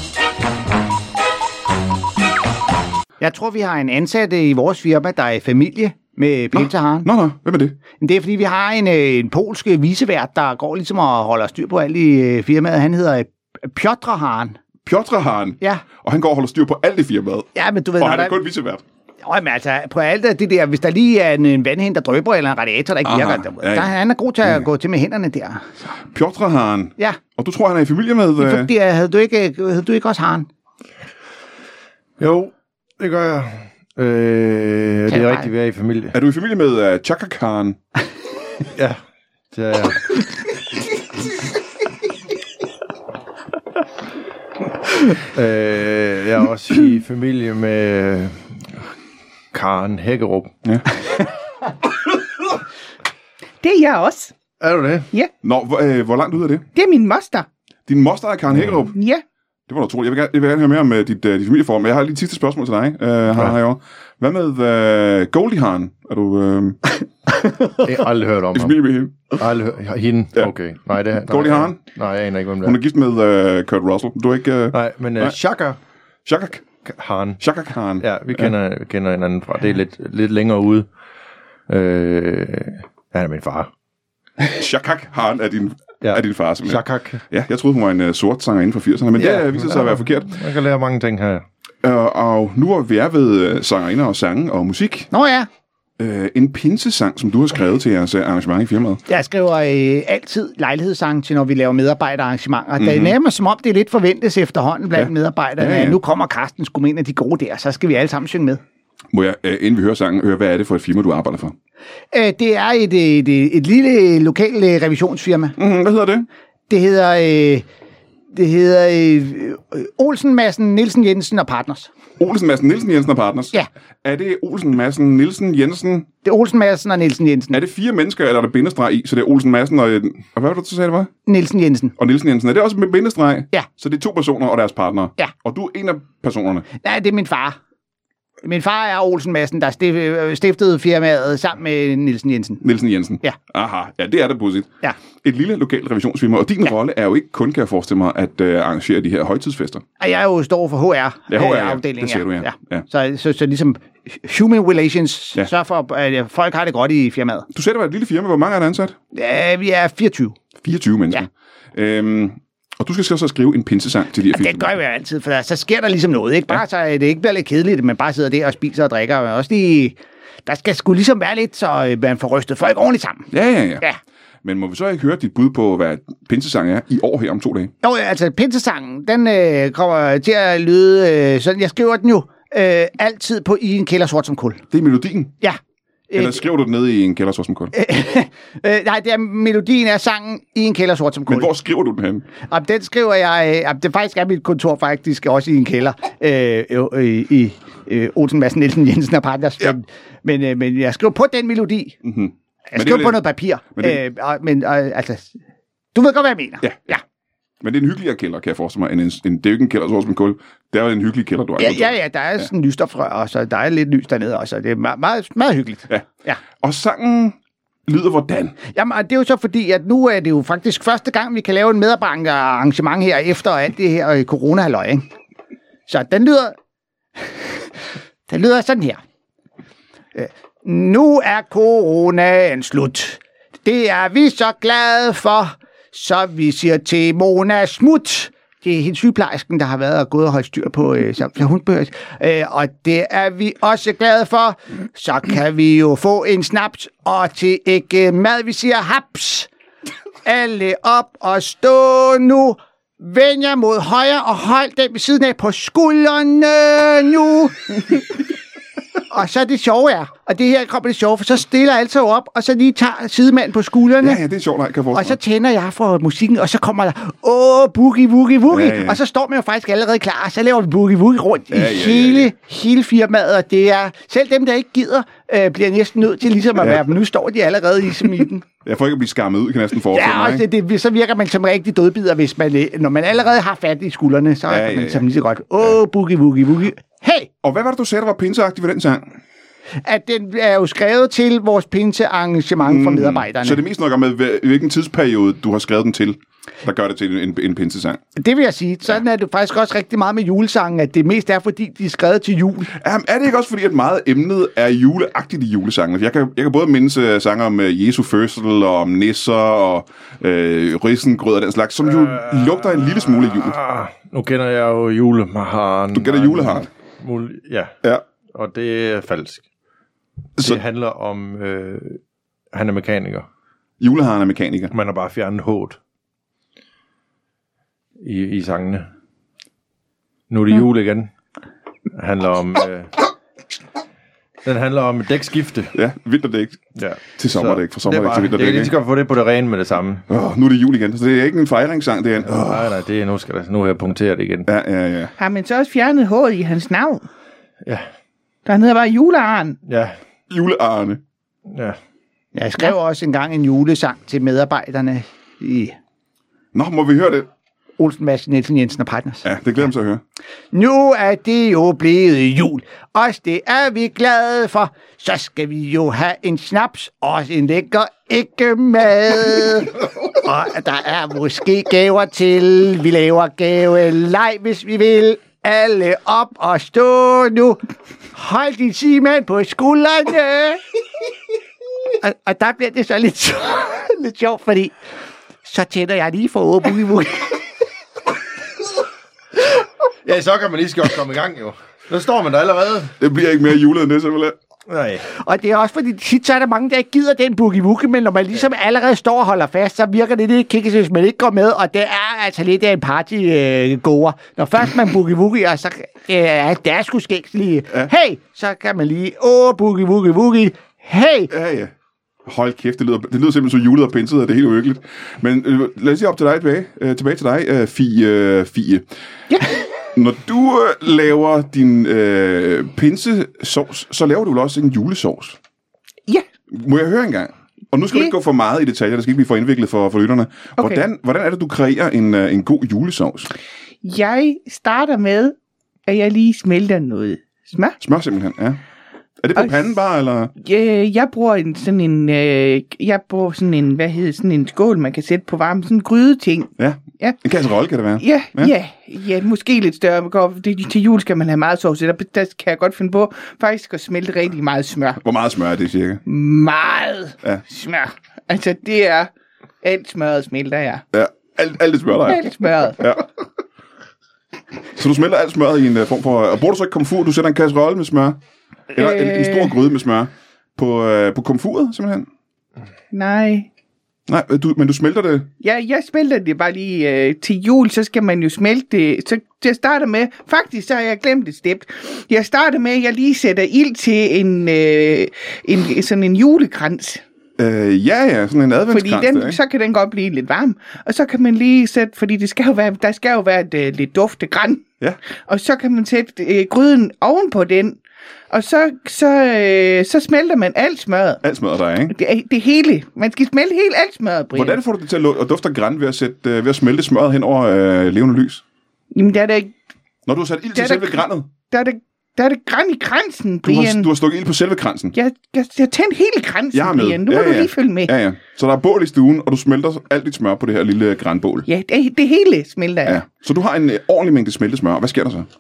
Jeg tror, vi har en ansat i vores firma, der er i familie med Pinseharen. Nå, nå, hvem er det? Det er, fordi vi har en, en polsk vicevært, der går ligesom og holder styr på alt i firmaet. Han hedder Piotr Haren. Piotr Haren? Ja. Og han går og holder styr på alt i firmaet? Ja, men du ved... Og han er der... kun vicevært? Jo, men altså, på alt det der, hvis der lige er en, en vandhænd, der drøber, eller en radiator, der ikke virker, der, ja, ja. Der, han er god til at ja. gå til med hænderne der. Så. Piotr Haren? Ja. Og du tror, han er i familie med... Øh... Fordi, havde, du ikke, havde du ikke også Haren? Jo, det gør jeg. Øh, det er rigtigt, vi er i familie. Er du i familie med uh, Chaka Khan? Ja, det er jeg. øh, jeg er også i familie med Karen Hækkerup. Ja. Det er jeg også. Er du det? Ja. Nå, hvor, øh, hvor langt ud er det? Det er min moster. Din moster er Karen Hækkerup? Ja. Det var da utroligt. Jeg vil gerne, jeg vil gerne høre mere om uh, dit, uh, dit familieform, men jeg har lige et sidste spørgsmål til dig. Uh, her, ja. Hvad med uh, Goldie Hawn? Er du... Uh... jeg har aldrig hørt om ham. I familie med hende? Aldrig hørt. Hende? Ja. Okay. Nej, det er... Goldie Hawn? Nej, jeg aner ikke, hvem det er. Hun er gift med uh, Kurt Russell. Du er ikke... Uh... Nej, men uh, Chaka... Chaka Khan. Chaka Khan. Ja, vi kender, ja. vi kender hinanden fra. Det er lidt, lidt længere ude. Øh... Han er min far. Chaka Khan er din... Ja. Er din far, simpelthen. Chakak. Ja, jeg troede, hun var en uh, sort sanger inden for firserne, men ja, det viser sig at være forkert. Man kan lære mange ting her. Uh, og nu er vi er ved uh, sangerinder og sange og musik. Nå ja. Uh, en pinsesang, som du har skrevet til jeres uh, arrangement i firmaet. Jeg skriver øh, altid lejlighedssange til, når vi laver medarbejderarrangementer. Mm-hmm. Det er nærmest som om, det er lidt forventes efterhånden blandt ja. medarbejderne. Ja, ja. Nu kommer Carsten sgu med en af de gode der, så skal vi alle sammen synge med. Må jeg, uh, inden vi hører sangen, høre, hvad er det for et firma, du arbejder for? Uh, det er et, et, et, et lille lokalt uh, revisionsfirma. Mm-hmm. Hvad hedder det? Det hedder, øh, det hedder øh, Olsen, Madsen, Nielsen, Jensen og Partners. Olsen, Madsen, Nielsen, Jensen og Partners? Ja. Er det Olsen, Madsen, Nielsen, Jensen? Det er Olsen, Madsen og Nielsen, Jensen. Er det fire mennesker, eller er der bindestreg i? Så det er Olsen, Madsen og... Og hvad var det, du sagde, det var? Nielsen, Jensen. Og Nielsen, Jensen. Er det også med bindestreg? Ja. Så det er to personer og deres partnere? Ja. Og du er en af personerne? Nej, det er min far. Min far er Olsen Madsen, der stiftede firmaet sammen med Nielsen Jensen. Nielsen Jensen? Ja. Aha, ja, det er da pudsigt. Ja. Et lille lokalt revisionsfirma, og din ja. rolle er jo ikke kun, kan jeg forestille mig, at uh, arrangere de her højtidsfester. Jeg er jo stor for H R. Ja, H R-afdelingen. Ja. Det ser du, ja. ja. ja. Så, så, så ligesom human relations ja. sørger for, at folk har det godt i firmaet. Du sagde, det var et lille firma. Hvor mange er der ansat? Ja, vi er fireogtyve. fireogtyve mennesker? Ja. Øhm, og du skal så skrive en pinsesang til de her firmaer? Det gør vi altid, for der, så sker der ligesom noget. Ikke bare ja. så det ikke bliver lidt kedeligt, men bare sidder der og spiser og drikker. Men også lige, der skal sgu ligesom være lidt, så man får rystet folk ordentligt sammen. Ja, ja, ja. ja. Men må vi så ikke høre dit bud på, hvad pinsesang er i år her om to dage? Jo, altså pinsesangen, den øh, kommer til at lyde øh, sådan. Jeg skriver den jo øh, altid på I en kælder sort som kul. Det er melodien? Ja. Eller skriver du den ned i en kælder sort som kul? øh, nej, det er melodien af sangen I en kælder sort som kul. Men hvor skriver du den hen? Jamen, den skriver jeg, øh, det faktisk er mit kontor faktisk også i en kælder øh, øh, i øh, Olsen, Madsen, Nielsen, Jensen og Partners. Ja. Men, men, øh, men jeg skriver på den melodi. Mm-hmm. Jeg skriver på lidt... noget papir. Men, det... øh, men øh, altså, du ved godt, hvad jeg mener. Ja. ja. Men det er en hyggeligere kælder, kan jeg forestille mig, end en, en, det er jo ikke en kælder sort som kul. Det er jo en hyggelig kælder, du har. Ja, ja, ja, der er ja. sådan en lysstofrør, og så der er lidt lys dernede også. Det er meget, meget, meget hyggeligt. Ja. ja. Og sangen lyder hvordan? Jamen, det er jo så fordi, at nu er det jo faktisk første gang, vi kan lave en medarbejderarrangement her, efter alt det her corona-halløj, ikke? Så den lyder... den lyder sådan her. Nu er coronaen slut. Det er vi så glade for, så vi siger til Mona smut. det er hende sygeplejersken, der har været og gået og holdt styr på, øh, så, så hun behøver, øh, og det er vi også glade for. Så kan vi jo få en snaps, og til ikke mad, vi siger haps. Alle op og stå nu. Vend jer mod højre og hold den ved siden af på skuldrene nu. Og så det sjove er, og det her kommer det sjove, for så stiller alt sig op, og så lige tager sidemanden på skuldrene. Ja, ja, det er sjovt, nej, kan jeg og så tænder jeg for musikken, og så kommer der, åh, boogie, boogie, boogie. Ja, ja. Og så står man jo faktisk allerede klar, og så laver vi boogie, boogie rundt ja, i ja, hele, ja, ja. hele firmaet, og det er, selv dem, der ikke gider, øh, bliver næsten nødt til ligesom at ja. være, men nu står de allerede i smitten. Jeg får ikke at blive skammet ud, kan næsten forestille mig. Ja, og det, det, så virker man som rigtig dødbider, hvis man, når man allerede har fat i skuldrene, så ja, kan man ja, ja. som lige så godt, åh, boogie, boogie, boogie. Hey! Og hvad var det, du sagde, der var pinseagtigt ved den sang? At den er jo skrevet til vores pinsearrangement mm, for medarbejderne. Så det er mest nok med, hvilken tidsperiode du har skrevet den til, der gør det til en, en pinsesang? Det vil jeg sige. Sådan ja. er det faktisk også rigtig meget med julesangen, at det mest er, fordi de er skrevet til jul. Jamen, er det ikke også fordi, at meget emnet er juleagtigt i julesangen? Jeg kan, jeg kan både mindes uh, sanger om uh, Jesu fødsel, og om nisser, og uh, risengrød og den slags, som jo uh, lugter en lille smule jul. Uh, nu kender jeg jo julemaharen. Du kender juleharen? Ja. ja, og det er falsk. Det så... handler om, øh, han er mekaniker. Juleharen er mekaniker. Man har bare fjernet hårdt i, i sangene. Nu er det jul igen. Det handler om... Øh, den handler om dækskifte. Ja, vinterdæk ja. til sommerdæk. Fra sommerdæk til vinterdæk. Jeg kan lige skal få det på det rene med det samme. Oh, nu er det jul igen. Så det er ikke en fejringssang, det er en... Oh. Nej, nej, det er, nu, skal der, nu har jeg punkteret det igen. Ja, ja, ja. Har man så også fjernet håret i hans navn? Ja. Der hedder bare Julearne. Ja. Julearne. Ja. Jeg skrev ja. også engang en julesang til medarbejderne i... Nå, må vi høre det? Olsen, Madsen, Nielsen, Jensen og Partners. Ja, det glæder mig til at høre. Nu er det jo blevet jul, og det er vi glade for. Så skal vi jo have en snaps og en lækker ikke mad. Og der er måske gaver til. Vi laver gaveleg, hvis vi vil. Alle op og stå nu. Hold din sigmand på skuldrene. og, og der bliver det så lidt, lidt sjovt, fordi så tænder jeg lige for åh, boogie, boogie. Ja, så kan man lige skal komme i gang, jo. Nu står man der allerede. Det bliver ikke mere julet end det, simpelthen. Nej. Og det er også fordi, tit så er der mange, der ikke gider den boogie-woogie, men når man ligesom allerede står og holder fast, så virker det lidt kikkes, hvis man ikke går med, og det er altså lidt af en party-goer. Når først man boogie-woogie, og så øh, det er sgu skægslige. Ja. Hey, så kan man lige, åh, boogie-woogie-woogie, hey. Ja, ja. Hold kæft, det lyder, det lyder simpelthen så julet og pinset, og det er helt uhyggeligt. Men øh, lad os sige op til dig tilbage, øh, tilbage til dig, øh, Fie. Øh, Fie. Ja. Når du øh, laver din øh, pinsesovs, så laver du vel også en julesovs? Ja. Må jeg høre engang? Og nu skal ja. du ikke gå for meget i detaljer, det skal ikke blive for indviklet for, for lytterne. Okay. Hvordan, hvordan er det, du kreerer en, øh, en god julesovs? Jeg starter med, at jeg lige smelter noget smør. Smør simpelthen, ja. Er det på og panden bare, eller? Øh, jeg bruger en, sådan en, øh, jeg bruger sådan en, hvad hedder sådan en skål, man kan sætte på varme, sådan en grydeting. Ja, ja. En kasserolle kan det være. Ja, ja, ja, ja måske lidt større. Det, til jul skal man have meget sovs, der, der kan jeg godt finde på faktisk at smelte rigtig meget smør. Hvor meget smør er det, cirka? Meget ja. smør. Altså, det er alt smøret smelter jeg. Ja, alt, alt det smør, der er. Alt smøret. Ja. Så du smelter alt smøret i en form for... Og bruger du så ikke komfur? Du sætter en kasserolle med smør? Eller øh... en, en stor gryde med smør på, øh, på komfuret, simpelthen? Nej. Nej, du, men du smelter det? Ja, jeg smelter det bare lige øh, til jul, så skal man jo smelte det. Så jeg starter med, faktisk så har jeg glemt et step. Jeg starter med, at jeg lige sætter ild til en, øh, en sådan en julekrans. Øh, ja, ja, sådan en adventskrans. Fordi den, der, så kan den godt blive lidt varm. Og så kan man lige sætte, fordi det skal jo være, der skal jo være et uh, lidt dufte græn. Ja. Og så kan man sætte øh, gryden ovenpå den. Og så, så, øh, så smelter man alt smøret. Alt smøret der, ikke? Det, det hele. Man skal smelte helt alt smøret, Brian. Hvordan får du det til at dufte græn ved at, sætte, øh, ved at smelte smøret hen over øh, levende lys? Jamen, der er det ikke... Når du har sat ild til selve grænnet? Der er det, der er det græn i kransen, Brian. Du har, du har stukket ild på selve kransen? Jeg, jeg, jeg tændte hele kransen, Brian. Nu må ja, ja. du lige følge med. Ja, ja. Så der er bål i stuen, og du smelter alt dit smør på det her lille grænbål? Ja, det, det hele smelter jeg. Ja. Så du har en øh, ordentlig mængde smeltet smør. Hvad sker der så?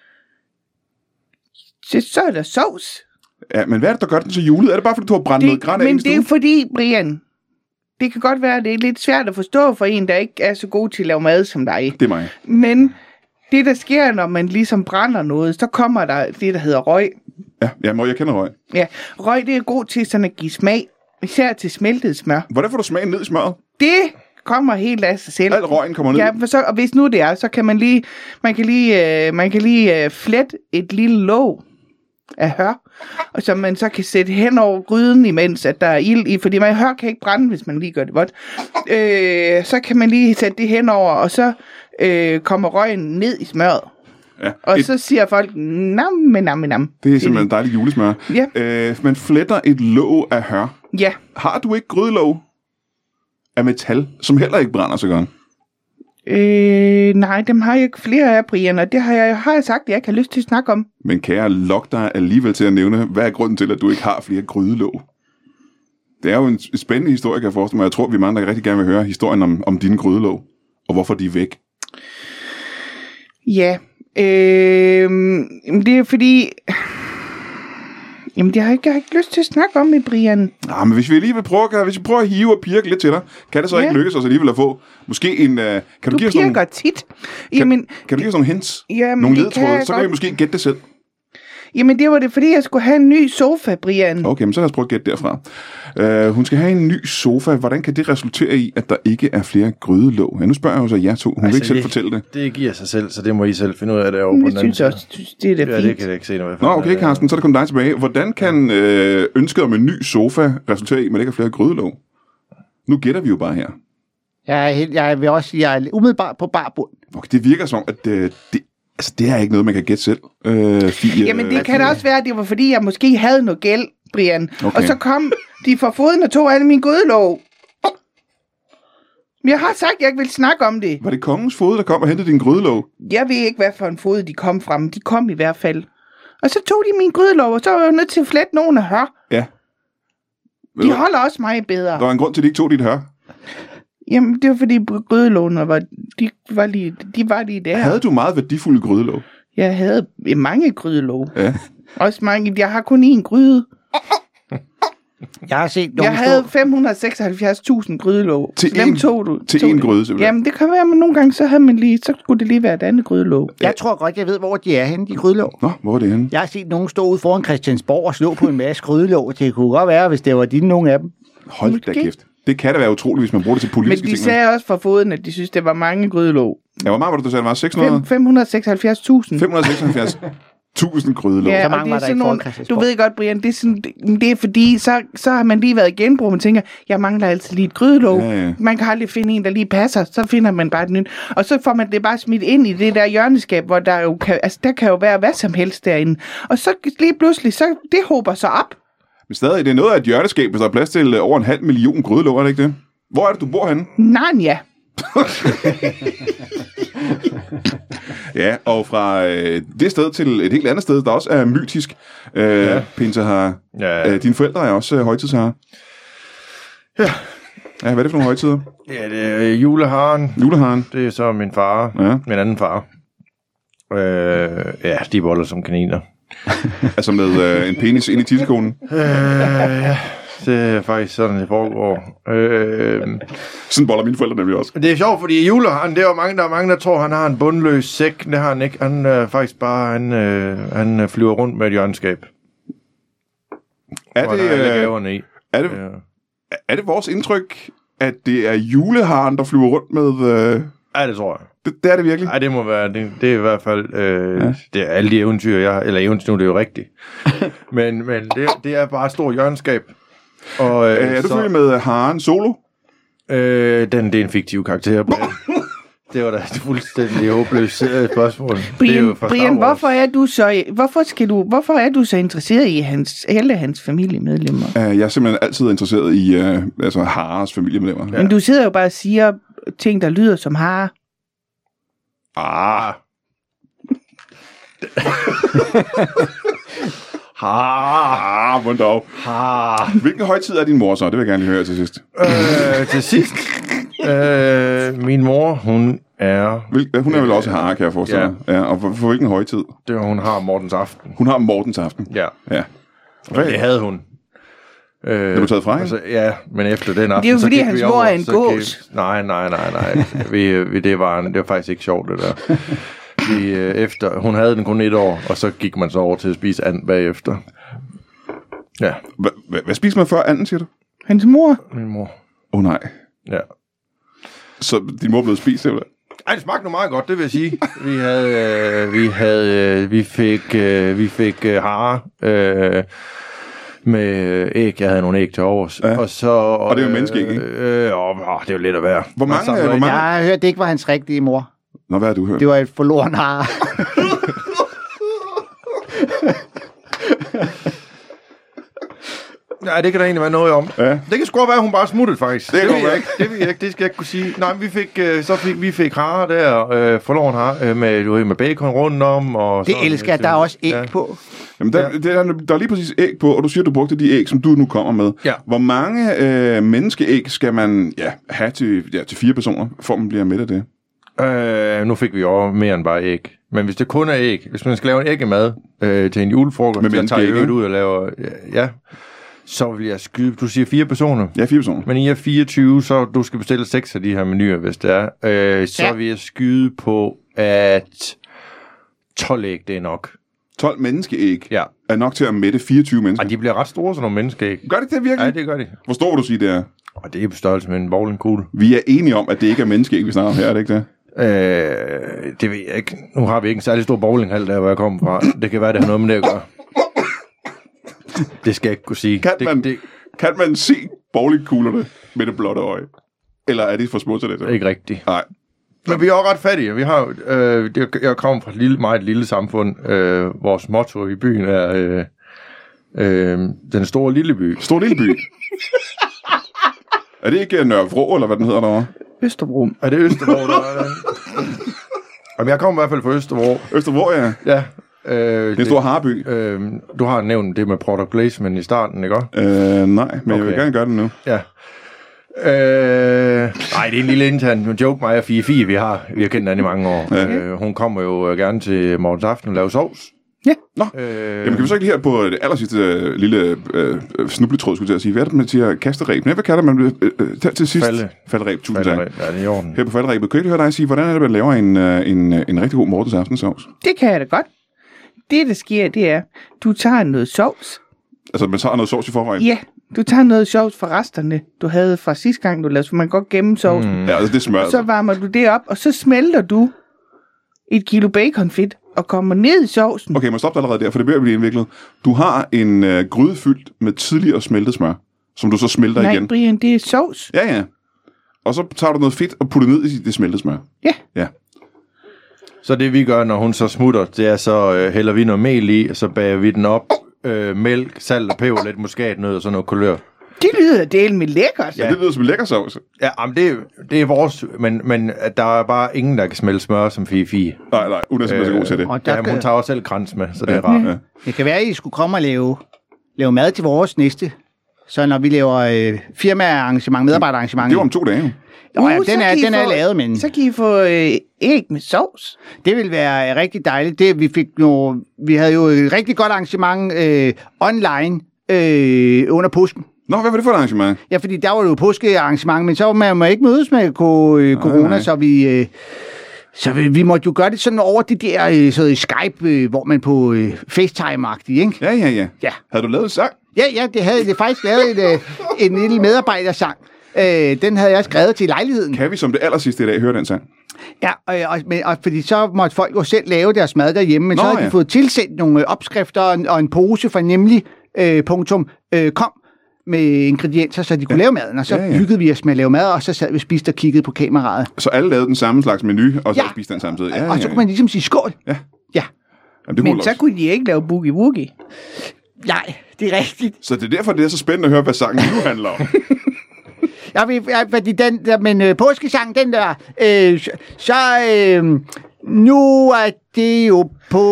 Så, så er der sovs. Ja, men hvad er det, der gør den så julet? Er det bare, fordi du har brændt det, noget græn af Men i det er jo fordi, Brian, det kan godt være, at det er lidt svært at forstå for en, der ikke er så god til at lave mad som dig. Det er mig. Men det, der sker, når man ligesom brænder noget, så kommer der det, der hedder røg. Ja, ja må jeg kender røg. Ja, røg, det er god til sådan at give smag, især til smeltet smør. Hvordan får du smagen ned i smøret? Det kommer helt af sig selv. Al røgen kommer ned? Ja, for så, og hvis nu det er, så kan man lige, man kan lige, øh, man kan lige øh, flette et lille låg af hør, og som man så kan sætte hen over gryden, imens at der er ild i, fordi man hør kan ikke brænde, hvis man lige gør det vådt. Øh, så kan man lige sætte det hen over, og så øh, kommer røgen ned i smøret. Ja, og et, så siger folk, nam, nam, nam. Det er simpelthen en dejlig julesmør. Ja. Øh, man fletter et låg af hør. Ja. Har du ikke grydelåg af metal, som heller ikke brænder så godt? Øh, nej, dem har jeg ikke flere af, Brian, og det har jeg, har jeg sagt, at jeg ikke har lyst til at snakke om. Men kan jeg lokke dig alligevel til at nævne, hvad er grunden til, at du ikke har flere grydelåg? Det er jo en spændende historie, kan jeg forestille mig. Jeg tror, vi er mange, der rigtig gerne vil høre historien om, om dine grydelåg, og hvorfor de er væk. Ja, øh, det er fordi... Jamen, det har jeg ikke, jeg har ikke lyst til at snakke om med Brian. Nej, men hvis vi lige vil prøve, hvis vi prøver at hive og pirke lidt til dig, kan det så ja. ikke lykkes os alligevel at få måske en... Uh, kan du, du give os pirker nogle, tit. Kan, Jamen, kan du give os nogle hints? Jamen, nogle ledtråde, så kan godt. vi måske gætte det selv. Jamen, det var det, fordi jeg skulle have en ny sofa, Brian. Okay, men så lad os prøve at gætte derfra. Uh, hun skal have en ny sofa. Hvordan kan det resultere i, at der ikke er flere grydelåg? Ja, nu spørger jeg jo så jer to. Hun altså, vil ikke selv det, fortælle det. Det giver sig selv, så det må I selv finde ud af det over på Jeg den anden synes også, det er da ja, fint. det kan jeg ikke se noget. Nå, okay, Carsten, så er det kun dig tilbage. Hvordan kan øh, ønsket om en ny sofa resultere i, at man ikke har flere grydelåg? Nu gætter vi jo bare her. Jeg, er helt, jeg vil også sige, at jeg er umiddelbart på barbund. Okay, det virker som, at øh, det, altså, det er ikke noget, man kan gætte selv. Øh, fire, Jamen, det kan da også være, at det var fordi, jeg måske havde noget gæld, Brian. Okay. Og så kom de fra foden og tog alle mine grydelåg. Men jeg har sagt, at jeg ikke vil snakke om det. Var det kongens fod, der kom og hentede din grydelåg? Jeg ved ikke, hvad for en fod de kom fra, men de kom i hvert fald. Og så tog de min grydelåg, og så var jeg nødt til at flette nogen af hør. Ja. De du, holder også mig bedre. Der var en grund til, at de ikke tog dit hør. Jamen, det var fordi grydelågene var, de var lige, de var lige der. Havde du meget værdifulde grydelåg? Jeg havde mange grydelåg. Ja. Også mange. Jeg har kun én gryde. Jeg har set nogle Jeg havde fem hundrede og seksoghalvfjerds tusind grydelåg. Til Dem en, tog du, til tog en det. gryde, simpelthen? Jamen, det kan være, men nogle gange, så, havde man lige, så skulle det lige være et andet grydelåg. Jeg tror godt, jeg ved, hvor de er henne, de grydelåg. Nå, hvor er det henne? Jeg har set nogen stå ude foran Christiansborg og slå på en masse grydelåg. Det kunne godt være, hvis det var dine nogle af dem. Hold da Måske. kæft. Det kan da være utroligt, hvis man bruger det til politiske Men de ting. sagde også fra foden, at de synes, det var mange grydelåg. Ja, hvor meget var det, du sagde? Det var seks hundrede? fem hundrede og seksoghalvfjerds tusind. fem hundrede og seksoghalvfjerds tusind grydelåg. Ja, Så og mange det var er der sådan ikke foran nogle, Christiansborg. du ved godt, Brian, det er, sådan, det, det er fordi, så, så har man lige været i genbrug, og man tænker, jeg mangler altid lige et grydelåg. Ja, ja. Man kan aldrig finde en, der lige passer, så finder man bare et nyt. Og så får man det bare smidt ind i det der hjørneskab, hvor der jo kan, altså, der kan jo være hvad som helst derinde. Og så lige pludselig, så det håber sig op. Men stadig, det er noget af et hjørneskab, hvis der er plads til over en halv million grydelåg, er det ikke det? Hvor er det, du bor henne? Narnia. Ja, og fra øh, det sted til et helt andet sted, der også er mytisk. Øh, ja. Pinse har... Ja. Øh, dine forældre er også øh, højtidsherrer. Ja. Ja, hvad er det for nogle højtider? Ja, det er juleharen. Juleharen. Det er så min far. Ja. Min anden far. Øh, ja, de boller som kaniner. Altså med øh, en penis ind i tissekonen. Øh, ja, det er faktisk sådan, det foregår. Øh, Sådan boller mine forældre nemlig også. det er sjovt, fordi juleharen, det er jo mange, der er mange, der tror, han har en bundløs sæk. Det har han ikke. Han er øh, faktisk bare, han, øh, han øh, flyver rundt med et hjørneskab. Er hvor det, der er alle øh, gaverne i. er, det, Ja. er det vores indtryk, at det er juleharen, der flyver rundt med... Øh, Ja, det tror jeg. det, det er det virkelig? Nej, det må være, det, det er i hvert fald, øh, Ja. ja. det er alle de eventyr, jeg har, eller eventyr, det er jo rigtigt. men men det, det er bare et stort hjørneskab. Og, øh, Øh, er du så, familie med haren Solo? øh, den, det er en fiktiv karakter, Brian. Det var da et fuldstændig håbløst øh, spørgsmål. Det er Brian, jo fra Star Brian Wars. hvorfor er du så hvorfor skal du hvorfor er du så interesseret i hans alle hans familiemedlemmer? Uh, jeg er simpelthen altid interesseret i uh, altså harers familiemedlemmer. Ja. Men du sidder jo bare og siger ting, der lyder som har. Ah. Ha, Ah, hvordan dog. ha. Hvilken højtid er din mor så? Det vil jeg gerne lige høre til sidst. Øh, til sidst, øh, min mor, hun er, Hvil, hun er vel også hare, kan jeg forestille mig. Ja. Og for, for hvilken højtid? det var, hun har Mortens aften. Hun har Mortens aften. Ja, Ja. og det havde hun. Øh, det var taget fra, altså, ja, men efter den aften, det er jo så fordi, gik hans vi mor over, er en gås. Gik, nej, nej, nej, nej. vi, vi, det, var, det var faktisk ikke sjovt, det der. Vi, øh, efter, hun havde den kun et år, og så gik man så over til at spise and bagefter. Ja. Hvad spiser man før anden, siger du? Hans mor. Min mor. Åh oh, nej. Ja. Så din mor blev spist, eller? Ej, det smagte nu meget godt, det vil jeg sige. Vi havde, øh, vi havde, øh, vi fik, øh, vi fik øh, hare øh, med æg. Jeg havde nogle æg til overs. Ja. Og, så, og det er jo menneskeæg, ikke? Øh, øh, åh, det er jo lidt at være. Hvor mange, altså, hvor mange? Jeg har hørt, det ikke var hans rigtige mor. Nå, hvad har du hørt? Det var et forloren hare. Nej, det kan der egentlig være noget om. Ja. Det kan sgu være, at hun bare smuttede, faktisk. Det, Det, det ved jeg ikke. Det ved jeg ikke. Det skal jeg ikke kunne sige. Nej, men vi fik, øh, så fik vi fik harer der, øh, forloren har øh, med, du ved, med bacon rundt om. Og Det sådan, elsker jeg. Der er også æg ja. på. Jamen, der, Ja. der, er, der er lige præcis æg på, og du siger, du brugte de æg, som du nu kommer med. Ja. Hvor mange øh, menneskeæg skal man ja, have til, ja, til fire personer, for man bliver med af det? Øh, nu fik vi jo mere end bare æg. Men hvis det kun er æg, hvis man skal lave en æggemad øh, til en julefrokost, Med så tager menneskeæg, jeg ud og laver, ja, så vil jeg skyde, du siger fire personer. Ja, fire personer. Men I er fireogtyve, så du skal bestille seks af de her menuer, hvis det er. Øh, så Ja. vil jeg skyde på, at tolv æg, det er nok. tolv menneskeæg Ja. er nok til at mætte fireogtyve mennesker. Og de bliver ret store, sådan nogle menneskeæg. Gør det det virkelig? Ja, det gør de. Hvor stor vil du sige, det er? Og det er på størrelse med en bowlingkugle. Vi er enige om, at det ikke er menneskeæg, vi snakker om her, er det ikke det? Øh, det ved jeg ikke. Nu har vi ikke en særlig stor bowlinghal, der hvor jeg kommer fra. Det kan være, det har noget med det at gøre. Det skal jeg ikke kunne sige. Kan, det, man, det, kan man se bowlingkuglerne med det blotte øje? Eller er de for små til det? Ikke rigtigt. Nej. Men vi er også ret fattige. Vi har, øh, det, jeg kommer fra et lille, meget lille samfund. Øh, vores motto i byen er øh, øh, den store lille by. Stor lille by. Er det ikke Nørre Vrå, eller hvad den hedder derovre? Østerbro. Er det Østerbro, der er den? Jamen, jeg kommer i hvert fald fra Østerbro. Østervrå, ja. Ja. Øh, Det er en stor harby. Øh, du har nævnt det med product placement i starten, ikke også? Øh, nej, men okay. Jeg vil Okay. gerne gøre det nu. Ja. Øh, nej, det er en lille intern joke, mig og Fie Fie, vi har, vi har kendt den i mange år. Ja. Øh, hun kommer jo gerne til morgens aften og laver sovs. Ja. Nå, Øh, jamen kan vi så ikke lige her på det aller sidste øh, lille øh, snubletråd, skulle jeg til at sige. Hvad er det med til at kaste ræb? Nej, hvad kalder man det øh, øh, til, til sidst? Falde. Falderæb, tusind tak. ja, det er i orden. Her på falderæbet, kan jeg lige høre dig sige, hvordan er det, man laver en, øh, en, øh, en rigtig god morgens aftensovs? Det kan jeg da godt. Det, der sker, det er, du tager noget sovs. Altså, man tager noget sovs i forvejen? Ja, du tager noget sovs fra resterne, du havde fra sidste gang, du lavede, så man kan godt gemme sovsen. Mm. Ja, altså det smør. Så varmer du det op, og så smelter du et kilo baconfedt og kommer ned i sovsen. Okay, man stopper allerede der, for det bliver blive indviklet. Du har en øh, gryde fyldt med tidligere smeltet smør, som du så smelter Nej, igen. Brian, det er sovs. Ja, ja. Og så tager du noget fedt og putter ned i det smeltede smør. Ja. Ja. Så det vi gør, når hun så smutter, det er så øh, hælder vi noget mel i, og så bager vi den op. Øh, mælk, salt og peber, lidt muskatnød og sådan noget kulør. Det lyder del med lækkert. Ja, det lyder som en lækker sovs. Ja, jamen det, det er vores, men, men der er bare ingen, der kan smelte smør som Fie Fie. Nej, nej, hun er simpelthen så god til det. Og der Ja, hun skal, tager også selv krans med, så det er rart. Ja. det kan være, at I skulle komme og lave, lave mad til vores næste. Så når vi laver øh, firmaarrangement, medarbejderarrangement. Det var om to dage. Nå, ja, Uh, så den er, kan I den er få- lavet, men Så kan I få øh, æg med sovs. det vil være rigtig dejligt. Det, vi, fik jo, vi havde jo et rigtig godt arrangement øh, online øh, under påsken. Nå, hvad var det for et arrangement? Ja, fordi der var jo påskearrangement, men så var man må ikke mødes med ko- øh, corona, nej. så vi... Øh, så vi, vi måtte jo gøre det sådan over det der øh, så i Skype, øh, hvor man på øh, FaceTime-agtigt, ikke? Ja, ja, ja. Ja. Havde du lavet en sang? Ja, ja, det havde det faktisk lavet et, øh, en lille medarbejdersang. Øh, den havde jeg skrevet til lejligheden. Kan vi som det aller sidste i dag høre den sang? Ja, og, og, men, og fordi så måtte folk jo selv lave deres mad derhjemme, men Nå, så havde ja. de fået tilsendt nogle øh, opskrifter og en, og en pose fra nemlig øh, punktum øh, kom med ingredienser, så de kunne ja. lave maden. Og så Ja, ja, ja. ja. hyggede vi os med at lave mad, og så sad vi og spiste og kiggede på kameraet. Så alle lavede den samme slags menu, og så Ja. spiste den samtidig. Ja, og så kunne man ligesom sige skål. Ja. Ja. Jamen, det Men kunne så også. kunne de ikke lave boogie woogie. Nej, det er rigtigt. Så det er derfor, det er så spændende at høre, hvad sangen nu handler om. Jeg ved, ja, fordi den der, men øh, påskesang, den der, øh, så, så øh, nu er det jo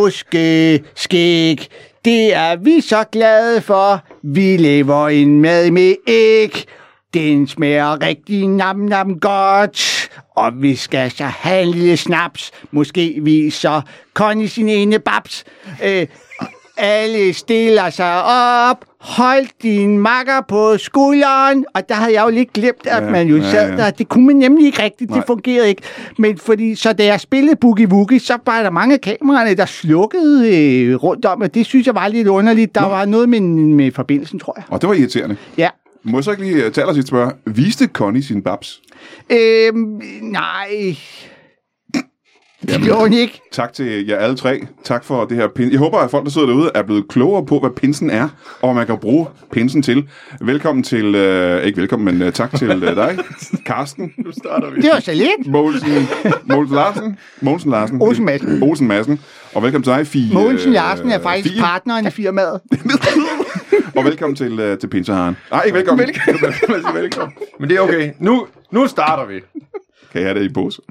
påskeskæg. Det er vi så glade for. Vi laver en mad med æg. Den smager rigtig nam nam godt. Og vi skal så have en lille snaps. Måske viser Connie sin ene babs. Øh, alle stiller sig op, hold din makker på skulderen, og der havde jeg jo lidt glemt, at ja, man jo sad ja, ja. der. Det kunne man nemlig ikke rigtigt, Nej. det fungerede ikke. Men fordi, så da jeg spillede Boogie Woogie, så var der mange af kameraerne, der slukkede øh, rundt om, og det synes jeg var lidt underligt. Der Nå. var noget med, med forbindelsen, tror jeg. Og det var irriterende. Ja. Må jeg så ikke lige til allersidst spørge, viste Connie sin babs? Øhm, nej... Det gjorde hun ikke. Tak til jer alle tre. Tak for det her pin. Jeg håber, at folk, der sidder derude, er blevet klogere på, hvad pinsen er, og hvad man kan bruge pinsen til. Velkommen til... Øh, ikke velkommen, men uh, tak til uh, dig, Karsten. Nu starter vi. Det var så lidt. Mogensen, Mogensen Larsen. Mogensen Larsen. Olsen Madsen. Olsen Madsen. Og velkommen til dig, Fie. Mogensen Larsen er faktisk Fie. Partneren i firmaet. Og velkommen til, uh, til Pinseharen. Nej, ikke velkommen. Velkommen. velkommen. Men det er okay. Nu, nu starter vi. Kan jeg have det i pose?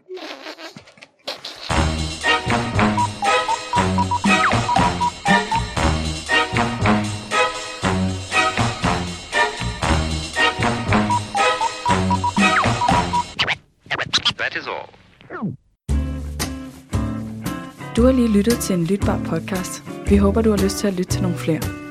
Du har lige lyttet til en lytbar podcast. Vi håber, du har lyst til at lytte til nogle flere.